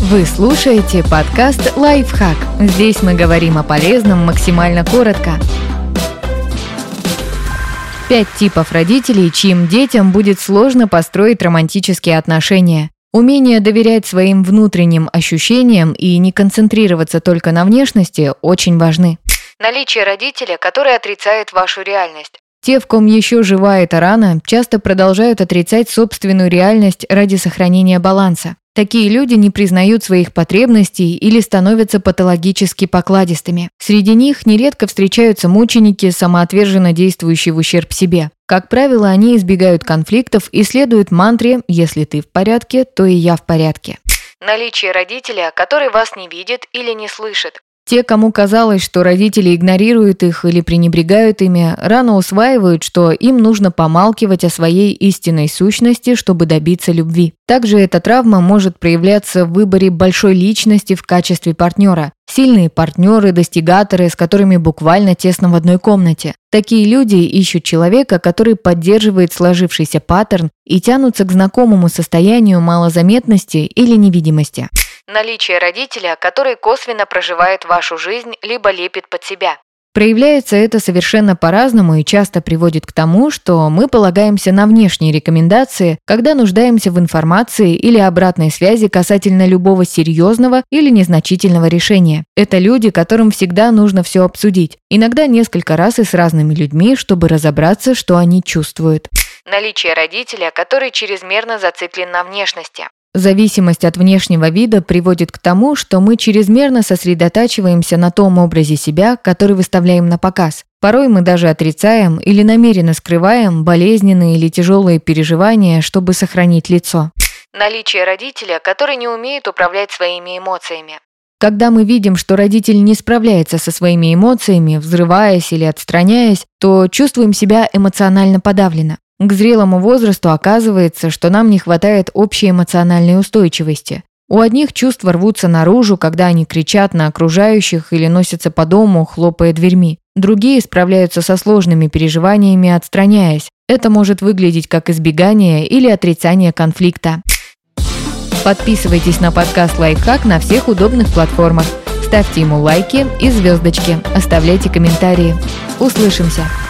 Вы слушаете подкаст «Лайфхак». Здесь мы говорим о полезном максимально коротко. 5 типов родителей, чьим детям будет сложно построить романтические отношения. Умение доверять своим внутренним ощущениям и не концентрироваться только на внешности очень важны. Наличие родителя, который отрицает вашу реальность. Те, в ком еще жива эта рана, часто продолжают отрицать собственную реальность ради сохранения баланса. Такие люди не признают своих потребностей или становятся патологически покладистыми. Среди них нередко встречаются мученики, самоотверженно действующие в ущерб себе. Как правило, они избегают конфликтов и следуют мантре «если ты в порядке, то и я в порядке». Наличие родителя, который вас не видит или не слышит. Те, кому казалось, что родители игнорируют их или пренебрегают ими, рано усваивают, что им нужно помалкивать о своей истинной сущности, чтобы добиться любви. Также эта травма может проявляться в выборе большой личности в качестве партнера. Сильные партнеры, достигаторы, с которыми буквально тесно в одной комнате. Такие люди ищут человека, который поддерживает сложившийся паттерн и тянутся к знакомому состоянию малозаметности или невидимости. Наличие родителя, который косвенно проживает вашу жизнь, либо лепит под себя. Проявляется это совершенно по-разному и часто приводит к тому, что мы полагаемся на внешние рекомендации, когда нуждаемся в информации или обратной связи касательно любого серьезного или незначительного решения. Это люди, которым всегда нужно все обсудить, иногда несколько раз и с разными людьми, чтобы разобраться, что они чувствуют. Наличие родителя, который чрезмерно зациклен на внешности. Зависимость от внешнего вида приводит к тому, что мы чрезмерно сосредотачиваемся на том образе себя, который выставляем на показ. Порой мы даже отрицаем или намеренно скрываем болезненные или тяжелые переживания, чтобы сохранить лицо. Наличие родителя, который не умеет управлять своими эмоциями. Когда мы видим, что родитель не справляется со своими эмоциями, взрываясь или отстраняясь, то чувствуем себя эмоционально подавленно. К зрелому возрасту оказывается, что нам не хватает общей эмоциональной устойчивости. У одних чувства рвутся наружу, когда они кричат на окружающих или носятся по дому, хлопая дверьми. Другие справляются со сложными переживаниями, отстраняясь. Это может выглядеть как избегание или отрицание конфликта. Подписывайтесь на подкаст «Лайфхак» на всех удобных платформах. Ставьте ему лайки и звездочки. Оставляйте комментарии. Услышимся!